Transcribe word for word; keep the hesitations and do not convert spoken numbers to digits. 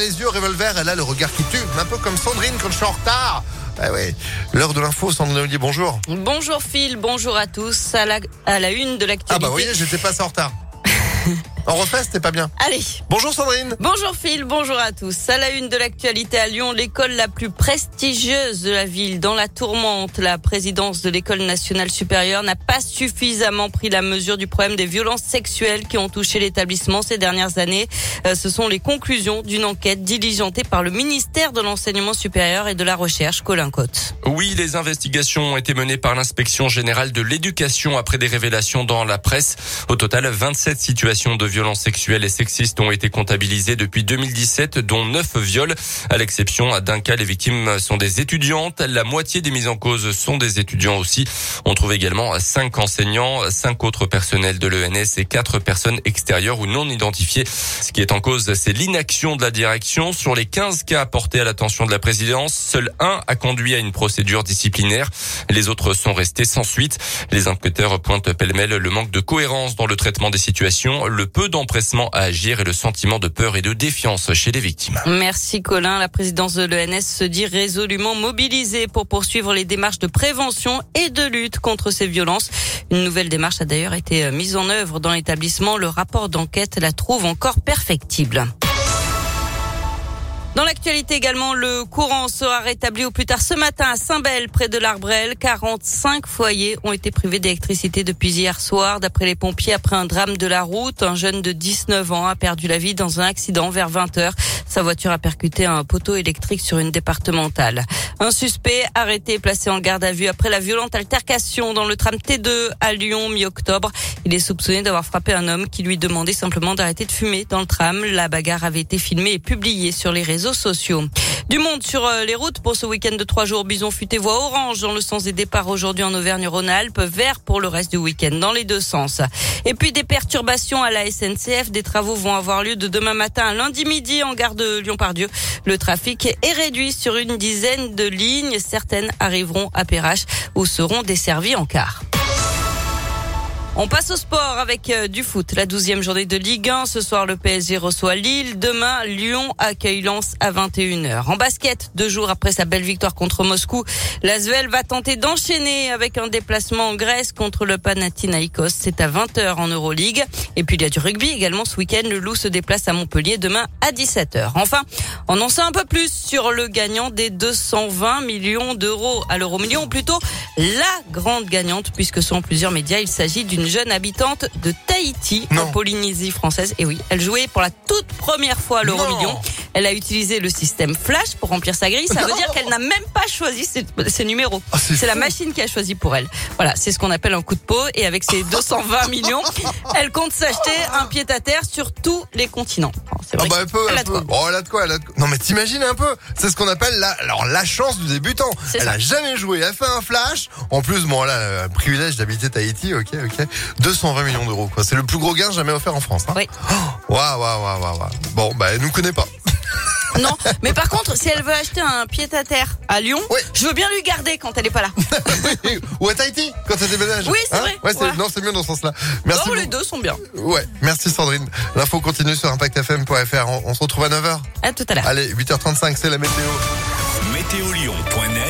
les yeux, revolver, elle a le regard qui tue. Un peu comme Sandrine quand je suis en retard. Ah ouais. L'heure de l'info, Sandrine Ollier, bonjour. Bonjour Phil, bonjour à tous. À la, à la une de l'actualité. Ah bah vous voyez, j'étais passé en retard. En refait, c'était pas bien. Allez. Bonjour Sandrine. Bonjour Phil, bonjour à tous. À la une de l'actualité à Lyon, l'école la plus prestigieuse de la ville. Dans la tourmente, la présidence de l'école nationale supérieure n'a pas suffisamment pris la mesure du problème des violences sexuelles qui ont touché l'établissement ces dernières années. Euh, ce sont les conclusions d'une enquête diligentée par le ministère de l'Enseignement supérieur et de la Recherche, Colin Cotte. Oui, les investigations ont été menées par l'inspection générale de l'éducation après des révélations dans la presse. Au total, vingt-sept situations de violences sexuelles et sexistes ont été comptabilisées depuis deux mille dix-sept, dont neuf viols. À l'exception d'un cas, les victimes sont des étudiantes. La moitié des mises en cause sont des étudiants aussi. On trouve également cinq enseignants, cinq autres personnels de l'E N S et quatre personnes extérieures ou non identifiées. Ce qui est en cause, c'est l'inaction de la direction. Sur les quinze cas apportés à l'attention de la présidence, seul un a conduit à une procédure disciplinaire. Les autres sont restés sans suite. Les enquêteurs pointent pêle-mêle le manque de cohérence dans le traitement des situations, le peu d'empressement à agir et le sentiment de peur et de défiance chez les victimes. Merci Colin. La présidence de l'E N S se dit résolument mobilisée pour poursuivre les démarches de prévention et de lutte contre ces violences. Une nouvelle démarche a d'ailleurs été mise en œuvre dans l'établissement. Le rapport d'enquête la trouve encore perfectible. Dans l'actualité également, le courant sera rétabli au plus tard ce matin à Saint-Bel, près de l'Arbrel. quarante-cinq foyers ont été privés d'électricité depuis hier soir. D'après les pompiers, après un drame de la route, un jeune de dix-neuf ans a perdu la vie dans un accident vers vingt heures. Sa voiture a percuté un poteau électrique sur une départementale. Un suspect arrêté et placé en garde à vue après la violente altercation dans le tram T deux à Lyon mi-octobre. Il est soupçonné d'avoir frappé un homme qui lui demandait simplement d'arrêter de fumer dans le tram. La bagarre avait été filmée et publiée sur les réseaux sociaux. Du monde sur les routes pour ce week-end de trois jours. Bison futé voie orange dans le sens des départs aujourd'hui en Auvergne-Rhône-Alpes, vert pour le reste du week-end dans les deux sens. Et puis des perturbations à la S N C F. Des travaux vont avoir lieu de demain matin à lundi midi en gare de Lyon-Pardieu. Le trafic est réduit sur une dizaine de lignes. Certaines arriveront à Perrache ou seront desservies en car. On passe au sport avec euh, du foot. La douzième journée de Ligue un. Ce soir, le P S G reçoit Lille. Demain, Lyon accueille Lens à vingt et une heures. En basket, deux jours après sa belle victoire contre Moscou, l'Asvel va tenter d'enchaîner avec un déplacement en Grèce contre le Panathinaïkos. C'est à vingt heures en Euroleague. Et puis, il y a du rugby également ce week-end. Le Loup se déplace à Montpellier demain à dix-sept heures. Enfin, on en sait un peu plus sur le gagnant des deux cent vingt millions d'euros à l'euro million, ou plutôt la grande gagnante, puisque selon plusieurs médias, il s'agit d'une jeune habitante de Tahiti, non. en Polynésie française. Et oui, elle jouait pour la toute première fois à l'euro million. Elle a utilisé le système Flash pour remplir sa grille. Ça non. veut dire qu'elle n'a même pas choisi ses, ses numéros. Oh, c'est c'est la fou. machine qui a choisi pour elle. Voilà, c'est ce qu'on appelle un coup de peau. Et avec ses deux cent vingt millions, elle compte s'acheter un pied-à-terre sur tous les continents. Alors, c'est vrai Ah bah elle peut, elle elle a de peut. quoi. Oh, elle a de quoi, elle a de quoi. Non mais t'imagines un peu, c'est ce qu'on appelle la, alors la chance du débutant. C'est Elle ça. a jamais joué, elle fait un flash. En plus, bon là, le privilège d'habiter Tahiti, ok, ok. deux cent vingt millions d'euros, quoi. C'est le plus gros gain jamais offert en France. Hein. Oui. Waouh, waouh, waouh, waouh. Wow. Bon, bah elle nous connaît pas. Non, mais par contre, si elle veut acheter un pied-à-terre à Lyon, Oui. je veux bien lui garder quand elle est pas là. Ou à Tahiti, quand elle déménage. Oui, c'est Hein vrai. Ouais, c'est, Ouais. non, c'est mieux dans ce sens-là. Merci. Non, les beaucoup. deux sont bien. Ouais, merci Sandrine. L'info continue sur impact f m point f r. On, on se retrouve à neuf heures. À tout à l'heure. Allez, huit heures trente-cinq, c'est la météo. météo lyon point net